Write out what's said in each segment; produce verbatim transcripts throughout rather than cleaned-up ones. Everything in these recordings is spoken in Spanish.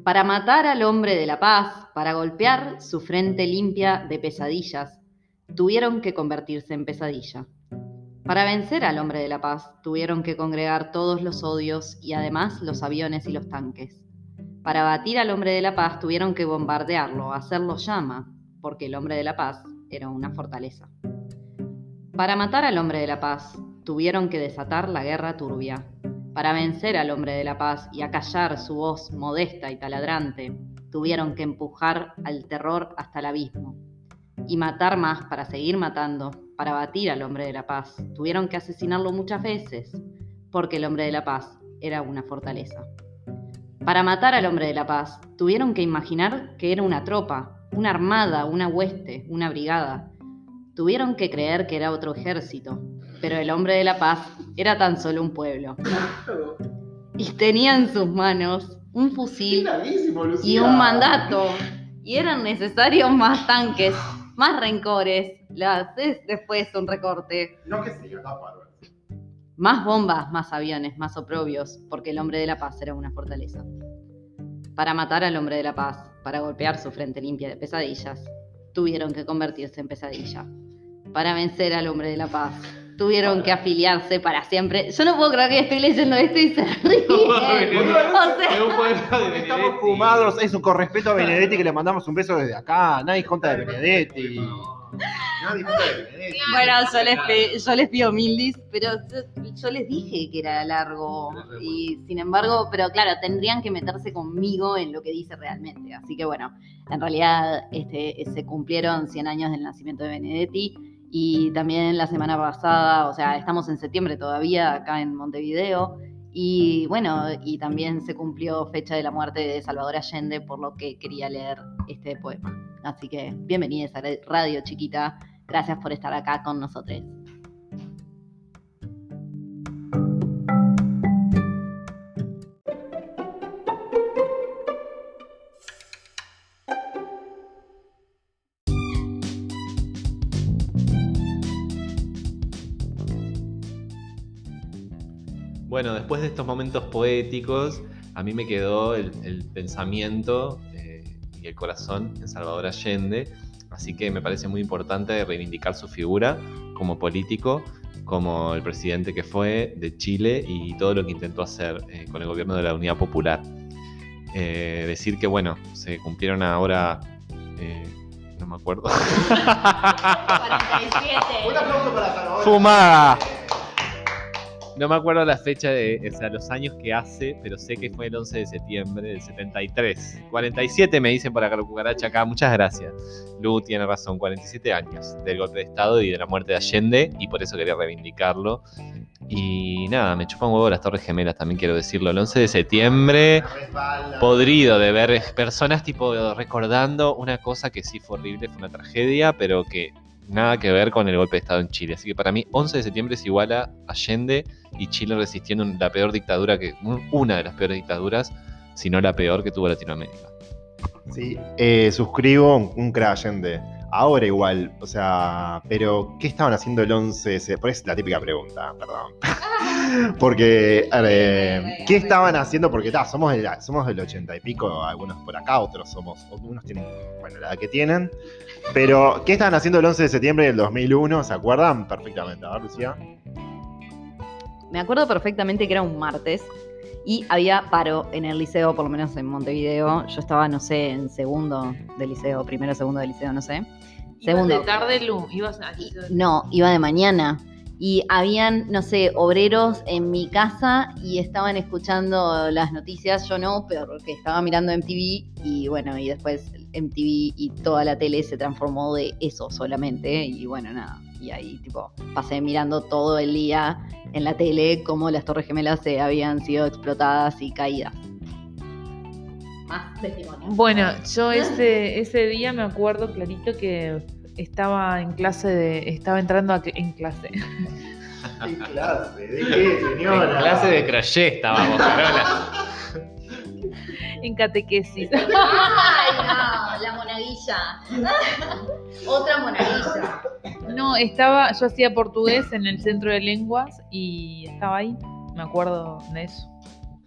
Para matar al hombre de la paz, para golpear su frente limpia de pesadillas, tuvieron que convertirse en pesadilla. Para vencer al hombre de la paz, tuvieron que congregar todos los odios y además los aviones y los tanques. Para batir al hombre de la paz, tuvieron que bombardearlo, hacerlo llama, porque el hombre de la paz era una fortaleza. Para matar al hombre de la paz, tuvieron que desatar la guerra turbia. Para vencer al hombre de la paz y acallar su voz modesta y taladrante, tuvieron que empujar al terror hasta el abismo. Y matar más para seguir matando, para batir al hombre de la paz, tuvieron que asesinarlo muchas veces, porque el hombre de la paz era una fortaleza. Para matar al hombre de la paz, tuvieron que imaginar que era una tropa, una armada, una hueste, una brigada. Tuvieron que creer que era otro ejército, pero el hombre de la paz era tan solo un pueblo. Y tenía en sus manos un fusil y un mandato, y eran necesarios más tanques, más rencores. Las, después un recorte. No que sí, está bárbaro. Más bombas, más aviones, más oprobios, porque el hombre de la paz era una fortaleza. Para matar al hombre de la paz, para golpear su frente limpia de pesadillas, tuvieron que convertirse en pesadilla. Para vencer al hombre de la paz, tuvieron que afiliarse para siempre. Yo no puedo creer que estoy leyendo esto y se ríe. O sea, estamos fumados. Eso, con respeto a Benedetti, que le mandamos un beso desde acá. Nadie junta de Benedetti. Nadie junta de Benedetti. Bueno, yo les, pe- yo les pido mil dis, pero yo, yo les dije que era largo. Y sin embargo, pero claro, tendrían que meterse conmigo en lo que dice realmente. Así que bueno, en realidad este, se cumplieron cien años del nacimiento de Benedetti. Y también la semana pasada, o sea, estamos en septiembre todavía acá en Montevideo, y bueno, y también se cumplió fecha de la muerte de Salvador Allende, por lo que quería leer este poema. Así que bienvenidos a Radio Chiquita, gracias por estar acá con nosotros. Bueno, después de estos momentos poéticos, a mí me quedó el, el pensamiento eh, y el corazón en Salvador Allende, así que me parece muy importante reivindicar su figura como político, como el presidente que fue de Chile y todo lo que intentó hacer eh, con el gobierno de la Unidad Popular. Eh, decir que, bueno, se cumplieron ahora... Eh, no me acuerdo. cuarenta y siete. Un aplauso para Salvador. ¡Fumada! No me acuerdo la fecha de, o sea, los años que hace, pero sé que fue el once de septiembre del setenta y tres. cuarenta y siete me dicen por acá, la cucaracha acá. Muchas gracias. Lu tiene razón, cuarenta y siete años del golpe de Estado y de la muerte de Allende, y por eso quería reivindicarlo. Y nada, me chupan huevo las Torres Gemelas, también quiero decirlo. El once de septiembre, podrido de ver personas tipo recordando una cosa que sí fue horrible, fue una tragedia, pero que nada que ver con el golpe de Estado en Chile. Así que para mí once de septiembre es igual a Allende y Chile resistiendo la peor dictadura, que una de las peores dictaduras, si no la peor que tuvo Latinoamérica. Sí, eh, suscribo un, un crack Allende. Ahora igual, o sea, pero ¿qué estaban haciendo el once de septiembre? Es la típica pregunta, perdón. Porque, eh, ¿qué estaban haciendo? Porque ta, somos, del, somos del ochenta y pico, algunos por acá, otros somos, algunos tienen, bueno, la edad que tienen. Pero, ¿qué estaban haciendo el once de septiembre del dos mil uno? ¿Se acuerdan? Perfectamente. A ver, Lucía. Me acuerdo perfectamente que era un martes y había paro en el liceo, por lo menos en Montevideo. Yo estaba, no sé, en segundo del liceo, primero, segundo del liceo, no sé. Segundo. ¿Ibas de tarde, Lu? ¿Ibas a... No, iba de mañana. Y habían, no sé, obreros en mi casa y estaban escuchando las noticias. Yo no, pero porque estaba mirando M T V y bueno, y después M T V y toda la tele se transformó de eso solamente. Y bueno, nada. Y ahí, tipo, pasé mirando todo el día en la tele cómo las Torres Gemelas se habían sido explotadas y caídas. Más testimonios. Bueno, yo ese, ese día me acuerdo clarito que estaba en clase de... Estaba entrando a, en clase. ¿En clase? ¿De qué, señora? En clase de crochet estábamos, Carola. En catequesis. ¡Ay, no! La monaguilla. Otra monaguilla. No, estaba... Yo hacía portugués en el centro de lenguas y estaba ahí. Me acuerdo de eso.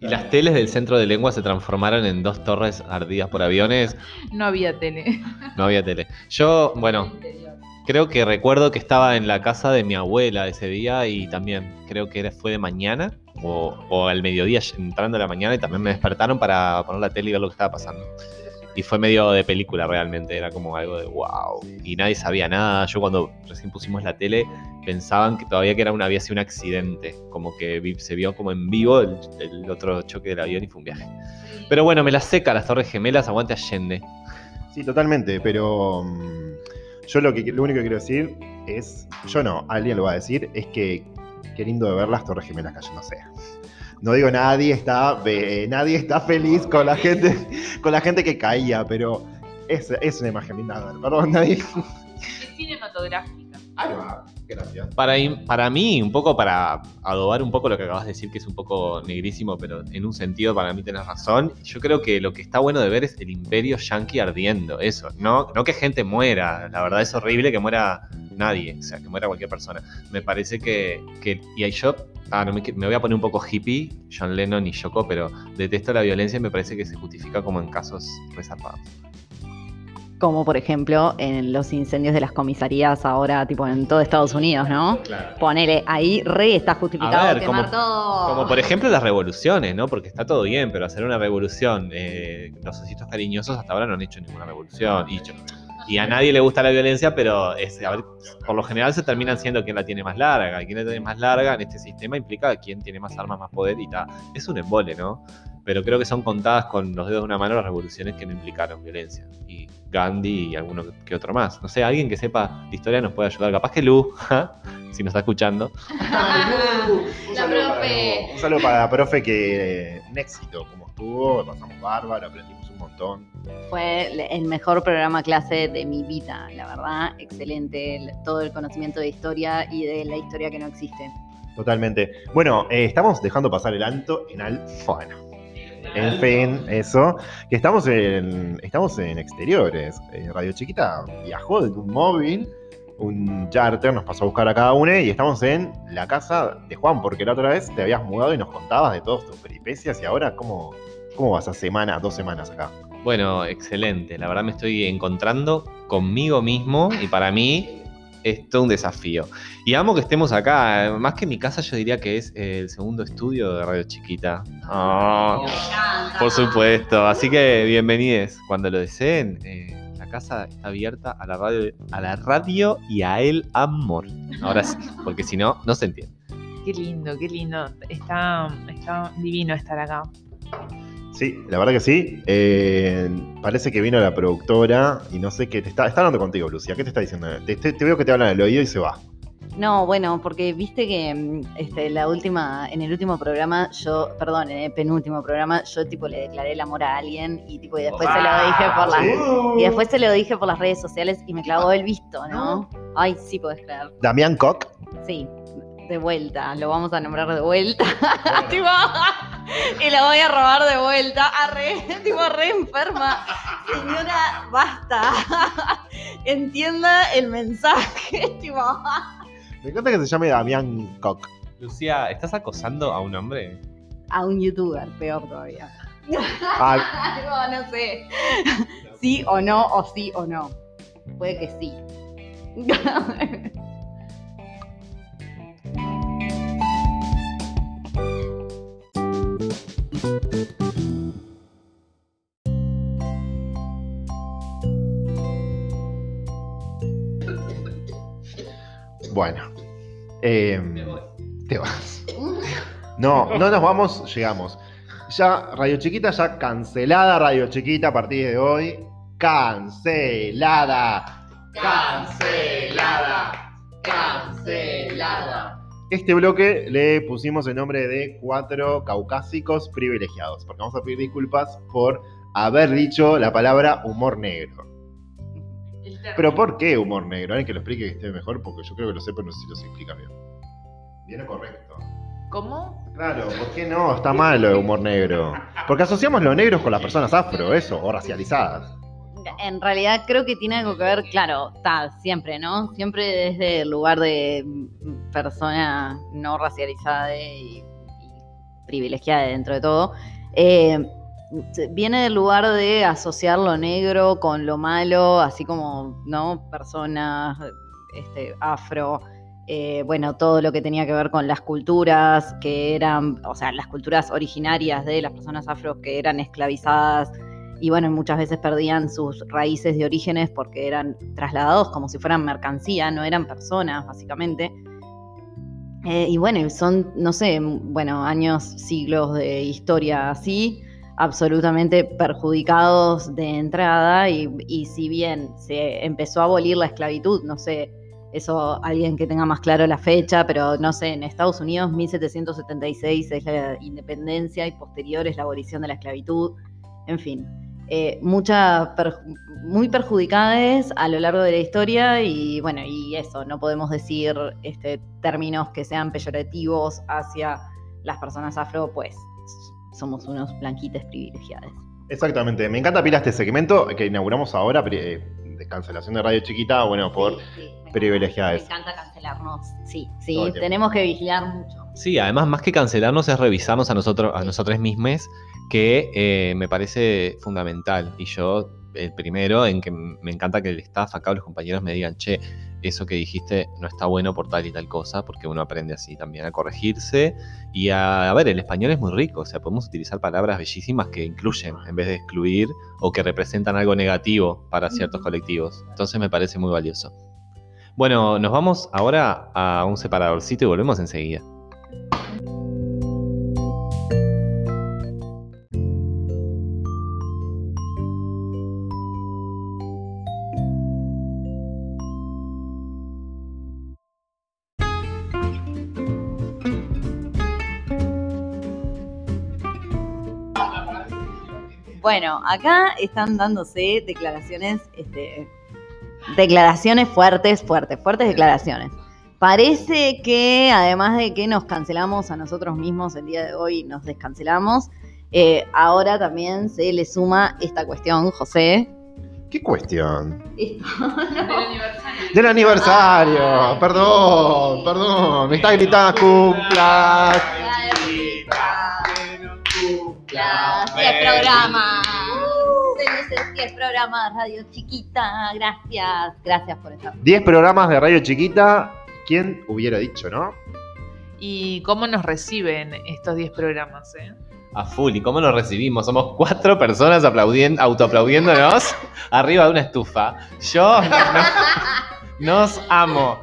Y las teles del centro de lengua se transformaron en dos torres ardidas por aviones. No había tele. No había tele. Yo, bueno, creo que recuerdo que estaba en la casa de mi abuela ese día y también creo que era, fue de mañana o, o al mediodía entrando a la mañana y también me despertaron para poner la tele y ver lo que estaba pasando. Y fue medio de película realmente, era como algo de wow. Y nadie sabía nada. Yo cuando recién pusimos la tele pensaban que todavía que era una, había sido un accidente. Como que vi, se vio como en vivo el, el otro choque del avión y fue un viaje. Pero bueno, me la seca las Torres Gemelas, aguante Allende. Sí, totalmente, pero um, yo lo, que, lo único que quiero decir es, yo no, alguien lo va a decir, es que qué lindo de ver las Torres Gemelas cayéndose. No digo nadie está, eh, nadie está feliz con la gente, con la gente que caía, pero es, es una imagen linda. A ver, perdón, nadie. Es cinematográfica. Ahí va, gracias. Para, para mí, un poco para adobar un poco lo que acabas de decir, que es un poco negrísimo, pero en un sentido para mí tenés razón. Yo creo que lo que está bueno de ver es el imperio yanqui ardiendo, eso. No, no que gente muera, la verdad es horrible que muera nadie, o sea, que muera cualquier persona. Me parece que, que y ahí yo, ah, no, me, me voy a poner un poco hippie, John Lennon y Yoko, pero detesto la violencia y me parece que se justifica como en casos reservados. Como por ejemplo en los incendios de las comisarías ahora, tipo en todo Estados Unidos, ¿no? Claro. Ponele, ahí re está justificado A ver, quemar como, todo. como por ejemplo las revoluciones, ¿no? Porque está todo bien, pero hacer una revolución, eh, los ositos cariñosos hasta ahora no han hecho ninguna revolución. Y, yo, y a nadie le gusta la violencia, pero es, a ver, por lo general se terminan siendo quien la tiene más larga. Y quien la tiene más larga en este sistema implica quién tiene más armas, más poder y tal. Es un embole, ¿no? Pero creo que son contadas con los dedos de una mano las revoluciones que no implicaron violencia. Y Gandhi y alguno que otro más. No sé, alguien que sepa historia nos puede ayudar. Capaz que Lu, si nos está escuchando. La profe. Un saludo para la profe que un éxito, como estuvo, pasamos bárbaro, aprendimos un montón. Fue el mejor programa clase de mi vida, la verdad, excelente. El- todo el conocimiento de historia y de la historia que no existe. Totalmente. Bueno, eh, estamos dejando pasar el alto en al... Bueno, en fin, eso. Que estamos en, estamos en exteriores. Eh, Radio Chiquita viajó de un móvil, un charter, nos pasó a buscar a cada uno y estamos en la casa de Juan, porque la otra vez te habías mudado y nos contabas de todas tus peripecias y ahora, ¿cómo, cómo vas a semana, dos semanas acá? Bueno, excelente. La verdad me estoy encontrando conmigo mismo y para mí es todo un desafío. Y amo que estemos acá. Más que mi casa, yo diría que es el segundo estudio de Radio Chiquita. Oh, por supuesto. Así que bienvenidos. Cuando lo deseen, eh, la casa está abierta a la radio, a la radio y a el amor. Ahora sí, porque si no, no se entiende. Qué lindo, qué lindo. Está, está divino estar acá. Sí, la verdad que sí. Eh, parece que vino la productora y no sé qué te está, está hablando contigo, Lucia. ¿Qué te está diciendo? Te, te- te veo que te hablan al oído y se va. No, bueno, porque viste que mm, este, la última, en el último programa, yo, perdón, en el penúltimo programa, yo tipo le declaré el amor a alguien y tipo y después se lo dije por las, y después se lo dije por las redes sociales y me clavó el visto, ¿no? Ay, sí podés creer. Damián Koch. Sí, de vuelta, lo vamos a nombrar de vuelta. Tipo, y lo voy a robar de vuelta. Arre, tipo re enferma. Señora, basta. Entienda el mensaje, tipo. Me encanta que se llame Damián Koch. Lucía, ¿estás acosando a un hombre? A un youtuber, peor todavía. Ah, No, no sé. Sí o no, o sí o no. Puede que sí. bueno. Eh, te vas. No, no nos vamos, llegamos. Ya, Radio Chiquita, ya cancelada Radio Chiquita a partir de hoy. Cancelada. Cancelada. Cancelada. Este bloque le pusimos el nombre de Cuatro Caucásicos Privilegiados, porque vamos a pedir disculpas por haber dicho la palabra humor negro. Pero ¿por qué humor negro? Alguien que lo explique que esté mejor, porque yo creo que lo sé, pero no sé si lo se explica bien. Bien o correcto. ¿Cómo? Claro, ¿por qué no? Está mal lo de humor negro. Porque asociamos los negros con las personas afro, eso, o racializadas. En realidad creo que tiene algo que ver, claro, está siempre, ¿no? Siempre desde el lugar de persona no racializada y, y privilegiada dentro de todo, eh, viene del lugar de asociar lo negro con lo malo, así como, ¿no? Personas este, afro, eh, bueno, todo lo que tenía que ver con las culturas que eran, o sea, las culturas originarias de las personas afro que eran esclavizadas y bueno, muchas veces perdían sus raíces de orígenes porque eran trasladados como si fueran mercancía, no eran personas, básicamente. Eh, y bueno, son, no sé, bueno, años, siglos de historia así, absolutamente perjudicados de entrada y, y si bien se empezó a abolir la esclavitud, no sé, eso alguien que tenga más claro la fecha, pero no sé, en Estados Unidos mil setecientos setenta y seis es la independencia y posterior es la abolición de la esclavitud, en fin, eh, muchas per, muy perjudicadas a lo largo de la historia y bueno, y eso, no podemos decir este, términos que sean peyorativos hacia las personas afro, pues somos unos blanquites privilegiados. Exactamente, me encanta pila este segmento que inauguramos ahora, de cancelación de Radio Chiquita, bueno, por sí, sí, privilegiados. Me encanta cancelarnos, sí, sí, tenemos que vigilar mucho. Sí, además más que cancelarnos es revisarnos a nosotros, a nosotros mismos, que eh, me parece fundamental. Y yo, el primero, en que me encanta que el staff, acá los compañeros me digan, che, eso que dijiste no está bueno por tal y tal cosa, porque uno aprende así también a corregirse. Y a, a ver, el español es muy rico, o sea, podemos utilizar palabras bellísimas que incluyen en vez de excluir o que representan algo negativo para ciertos colectivos. Entonces me parece muy valioso. Bueno, nos vamos ahora a un separadorcito y volvemos enseguida. Bueno, acá están dándose declaraciones, este, declaraciones fuertes, fuertes, fuertes declaraciones. Parece que además de que nos cancelamos a nosotros mismos el día de hoy, nos descancelamos, eh, ahora también se le suma esta cuestión, José. ¿Qué cuestión? Esto, ¿no? Del aniversario. Del aniversario, ah, perdón, perdón, me está gritando cumplas. diez programas. Felices diez programas, Radio Chiquita. Gracias, gracias por estar. diez programas de Radio Chiquita. ¿Quién hubiera dicho, no? ¿Y cómo nos reciben estos diez programas, eh? A full, ¿y cómo nos recibimos? Somos cuatro personas aplaudiendo, autoaplaudiéndonos arriba de una estufa. Yo no, no, nos amo.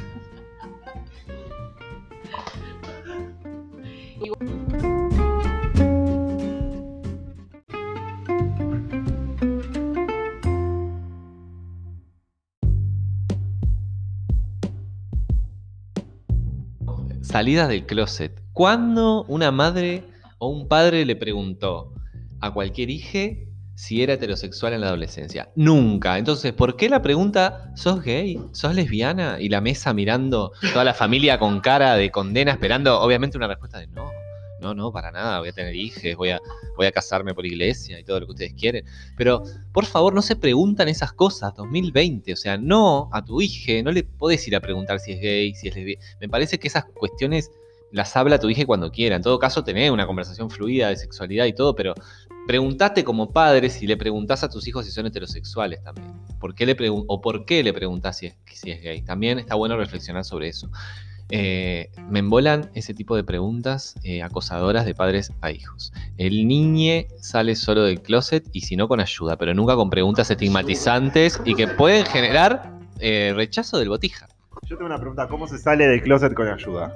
Salidas del closet. ¿Cuándo una madre o un padre le preguntó a cualquier hije si era heterosexual en la adolescencia? Nunca. Entonces, ¿por qué la pregunta, ¿sos gay? ¿Sos lesbiana? Y la mesa mirando, toda la familia con cara de condena, esperando obviamente una respuesta de no. No, no, para nada, voy a tener hijes, voy a, voy a casarme por iglesia y todo lo que ustedes quieren. Pero, por favor, no se preguntan esas cosas, dos mil veinte. O sea, no, a tu hija no le podés ir a preguntar si es gay, si es lesbiana. Me parece que esas cuestiones las habla tu hija cuando quiera. En todo caso, tenés una conversación fluida de sexualidad y todo, pero preguntate como padre si le preguntás a tus hijos si son heterosexuales también. ¿Por qué le pregun- o por qué le preguntás si es, si es gay? También está bueno reflexionar sobre eso. Eh, me embolan ese tipo de preguntas eh, acosadoras de padres a hijos. El niñe sale solo del closet y si no con ayuda, pero nunca con preguntas estigmatizantes y que pueden generar eh, rechazo del botija. Yo tengo una pregunta, ¿cómo se sale del closet con ayuda?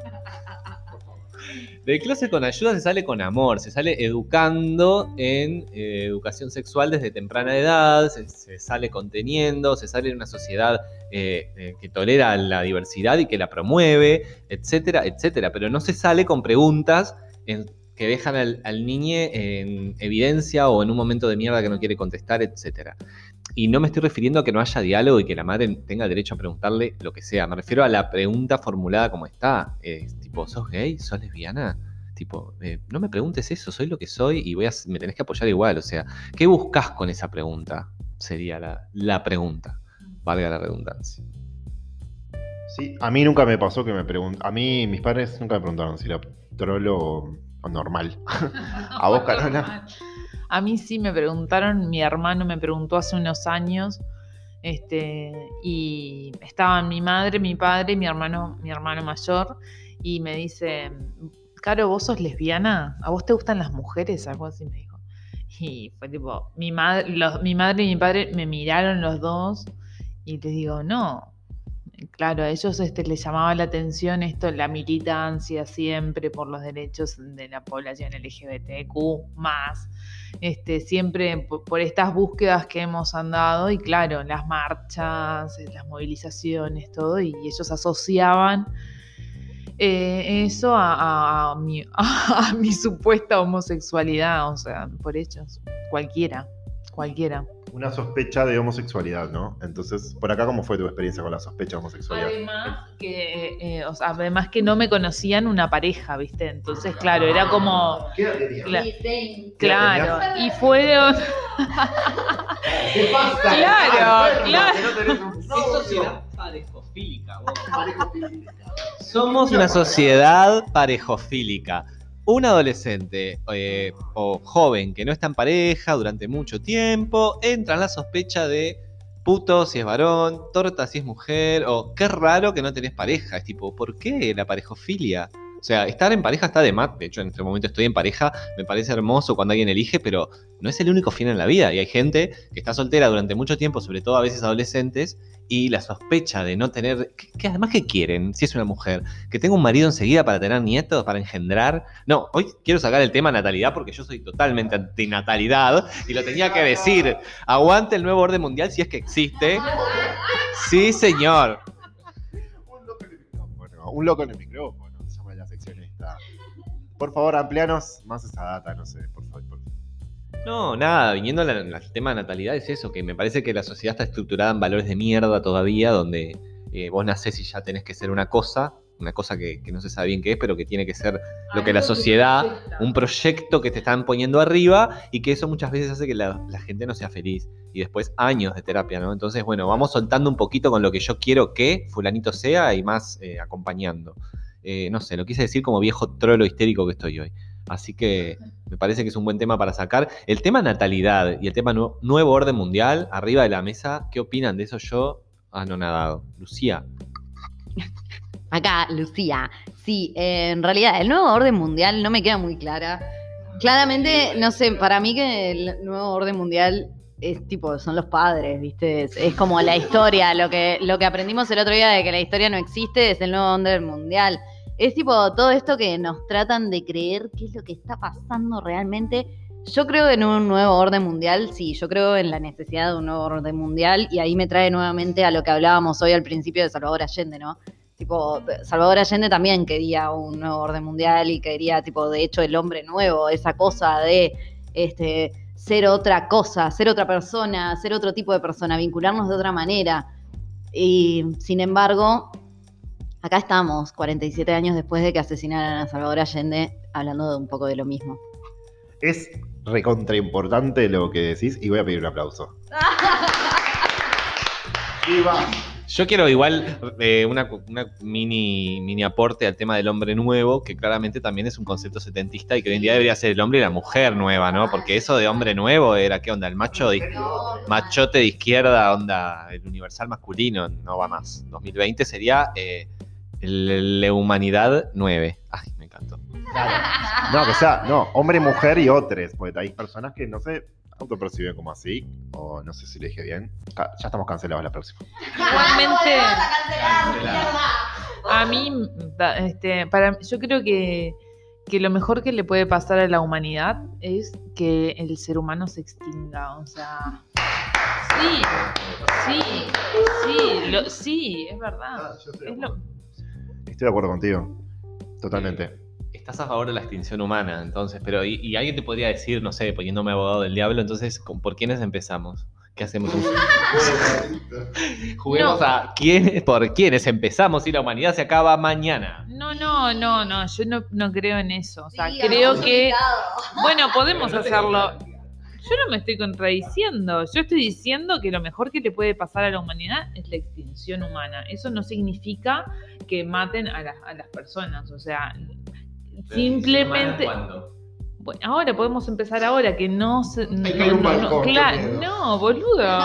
Del closet con ayuda se sale con amor, se sale educando en eh, educación sexual desde temprana edad, se, se sale conteniendo, se sale en una sociedad eh, eh, que tolera la diversidad y que la promueve, etcétera, etcétera. Pero no se sale con preguntas en, que dejan al, al niño en evidencia o en un momento de mierda que no quiere contestar, etcétera. Y no me estoy refiriendo a que no haya diálogo y que la madre tenga derecho a preguntarle lo que sea. Me refiero a la pregunta formulada como está. Eh, tipo, ¿sos gay? ¿Sos lesbiana? Tipo, eh, no me preguntes eso, soy lo que soy y voy a, me tenés que apoyar igual. O sea, ¿qué buscas con esa pregunta? Sería la, la pregunta. Valga la redundancia. Sí, a mí nunca me pasó que me preguntaran. A mí, mis padres nunca me preguntaron si era trolo o, normal. ¿A vos, Carola? A mí sí me preguntaron, mi hermano me preguntó hace unos años, este, y estaban mi madre, mi padre y mi hermano, mi hermano mayor, y me dice, Caro, ¿vos sos lesbiana? ¿A vos te gustan las mujeres? Algo así me dijo. Y fue tipo, mi, madre, los, mi madre y mi padre me miraron los dos y les digo, no. Claro, a ellos este, les llamaba la atención esto, la militancia siempre por los derechos de la población L G B T Q más, este, siempre por, por estas búsquedas que hemos andado y claro, las marchas, las movilizaciones, todo, y ellos asociaban eh, eso a, a, a, mi, a, a mi supuesta homosexualidad, o sea, por ellos, cualquiera, cualquiera. Una sospecha de homosexualidad, ¿no? Entonces, por acá, ¿cómo fue tu experiencia con la sospecha de homosexualidad? Además que, eh, o sea, además que no me conocían una pareja, ¿viste? Entonces, claro, era como... ¿Qué edad tenías? Cla- claro, y fueron... ¿Qué pasa? Claro, claro. Es sociedad parejofílica, vos. Somos una sociedad parejofílica. Un adolescente eh, o joven que no está en pareja durante mucho tiempo entra en la sospecha de puto si es varón, torta si es mujer, o qué raro que no tenés pareja. Es tipo, ¿por qué la parejofilia? O sea, estar en pareja está de más. De hecho, en este momento estoy en pareja, me parece hermoso cuando alguien elige, pero no es el único fin en la vida. Y hay gente que está soltera durante mucho tiempo, sobre todo a veces adolescentes, y la sospecha de no tener... ¿Qué, qué además qué quieren si es una mujer? ¿Que tenga un marido enseguida para tener nietos, para engendrar? No, hoy quiero sacar el tema natalidad porque yo soy totalmente antinatalidad y lo tenía que decir. Aguante el nuevo orden mundial si es que existe. Sí, señor. Un loco en el micrófono. Un loco en el micrófono. Se llama la sección esta. Por favor, amplianos más esa data, no sé, por favor. Por favor. No, nada, viniendo al, al tema de natalidad es eso, que me parece que la sociedad está estructurada en valores de mierda todavía, donde eh, vos nacés y ya tenés que ser una cosa, una cosa que, que no se sabe bien qué es, pero que tiene que ser lo que la sociedad, un proyecto que te están poniendo arriba y que eso muchas veces hace que la, la gente no sea feliz. Y después años de terapia, ¿no? Entonces, bueno, vamos soltando un poquito con lo que yo quiero que fulanito sea y más eh, acompañando. Eh, no sé, lo quise decir como viejo trolo histérico que estoy hoy. Así que me parece que es un buen tema para sacar. El tema natalidad y el tema nu- nuevo orden mundial, arriba de la mesa, ¿qué opinan de eso? Yo, anonadado. Lucía. Acá, Lucía. Sí, eh, en realidad el nuevo orden mundial no me queda muy clara. Claramente, no sé, para mí que el nuevo orden mundial es tipo, son los padres, ¿viste? Es, es como la historia, lo que, lo que aprendimos el otro día de que la historia no existe es el nuevo orden mundial. Es tipo todo esto que nos tratan de creer qué es lo que está pasando realmente. Yo creo en un nuevo orden mundial, sí, yo creo en la necesidad de un nuevo orden mundial y ahí me trae nuevamente a lo que hablábamos hoy al principio de Salvador Allende, ¿no? Tipo, Salvador Allende también quería un nuevo orden mundial y quería, tipo, de hecho, el hombre nuevo, esa cosa de este, ser otra cosa, ser otra persona, ser otro tipo de persona, vincularnos de otra manera. Y, sin embargo, acá estamos, cuarenta y siete años después de que asesinaran a Salvador Allende, hablando de un poco de lo mismo. Es recontra importante lo que decís y voy a pedir un aplauso. ¡Viva! Yo quiero igual eh, una, una mini, mini aporte al tema del hombre nuevo, que claramente también es un concepto setentista y que hoy en día debería ser el hombre y la mujer nueva, ¿no? Porque eso de hombre nuevo era, ¿qué onda? El macho de, machote de izquierda, onda, el universal masculino, no va más. dos mil veinte sería eh, la humanidad nueve. Ay, me encantó. No, que sea, no, hombre, mujer y otros, porque hay personas que no se autoperciben como así, o no sé si le dije bien. Ca- Ya estamos cancelados la próxima. Igualmente, a mí, da- este, para, yo creo que, que lo mejor que le puede pasar a la humanidad es que el ser humano se extinga. O sea, sí, sí, sí, lo- sí, es verdad. Es lo- Estoy de acuerdo contigo, totalmente. Estás a favor de la extinción humana, entonces, pero y, y alguien te podría decir, no sé, poniéndome abogado del diablo, entonces, ¿con- ¿por quiénes empezamos? ¿Qué hacemos? Juguemos No. a quién, por quiénes empezamos y la humanidad se acaba mañana. No, no, no, no, yo no, no creo en eso. O sea, creo que, bueno, podemos hacerlo. Yo no me estoy contradiciendo. Yo estoy diciendo que lo mejor que le puede pasar a la humanidad es la extinción humana. Eso no significa que maten a, las- a las personas. O sea, simplemente... ¿Cuándo? Bueno, ahora podemos empezar ahora, que no se... No, que hay un no, no, balcón, qué claro, miedo. no, boludo.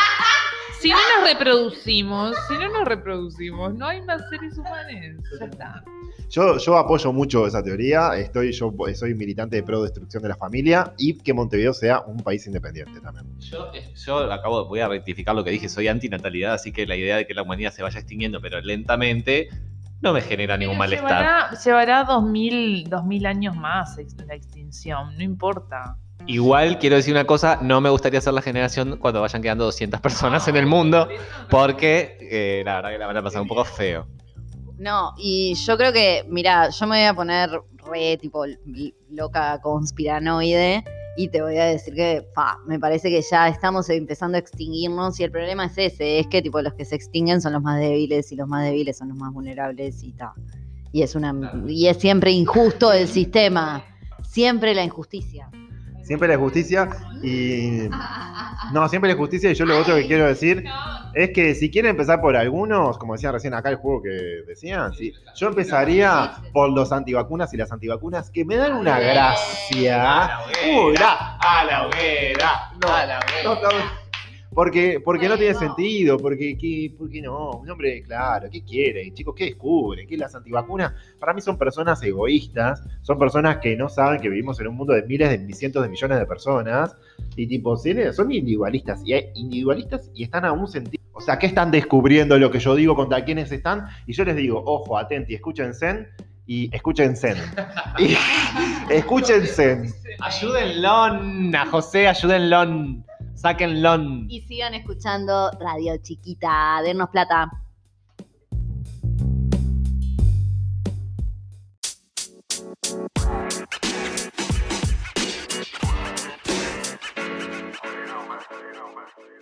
Si no nos reproducimos, si no nos reproducimos, no hay más seres humanos. Ya está. Yo, yo apoyo mucho esa teoría. Estoy, yo soy militante de pro destrucción de la familia y que Montevideo sea un país independiente también. Yo, yo acabo, voy a rectificar lo que dije, soy antinatalidad, así que la idea de que la humanidad se vaya extinguiendo, pero lentamente, no me genera ningún Pero malestar. Llevará, llevará dos mil, dos mil años más ex- la extinción, no importa. Igual quiero decir una cosa, no me gustaría ser la generación cuando vayan quedando doscientas personas en el mundo, porque eh, la verdad que la van a pasar un poco feo. No, y yo creo que, mira, yo me voy a poner re tipo l- loca conspiranoide y te voy a decir que, pa, me parece que ya estamos empezando a extinguirnos y el problema es ese, es que tipo los que se extinguen son los más débiles y los más débiles son los más vulnerables y ta. Y es una y es siempre injusto el sistema, siempre la injusticia. Siempre la justicia y... No, siempre la justicia y yo lo otro que quiero decir es que si quieren empezar por algunos, como decían recién acá el juego que decían, ¿sí? Yo empezaría por los antivacunas y las antivacunas que me dan una gracia. Uy, la- a la hoguera, No, no, no, porque, porque no tiene sentido, porque, ¿qué, ¿por qué no? Un hombre, claro, ¿qué quieren? Chicos, ¿qué descubren? ¿Qué las antivacunas? Para mí son personas egoístas, son personas que no saben que vivimos en un mundo de miles de cientos de millones de personas y tipo, son individualistas y individualistas y están a un sentido. O sea, ¿qué están descubriendo lo que yo digo contra quiénes están? Y yo les digo, ojo, atenti, escúchense y escúchense. Y, escúchense. Ayúdenlo a José, ayúdenlo. Sáquenlo. Y sigan escuchando Radio Chiquita, dennos plata. You know, man. You know, man.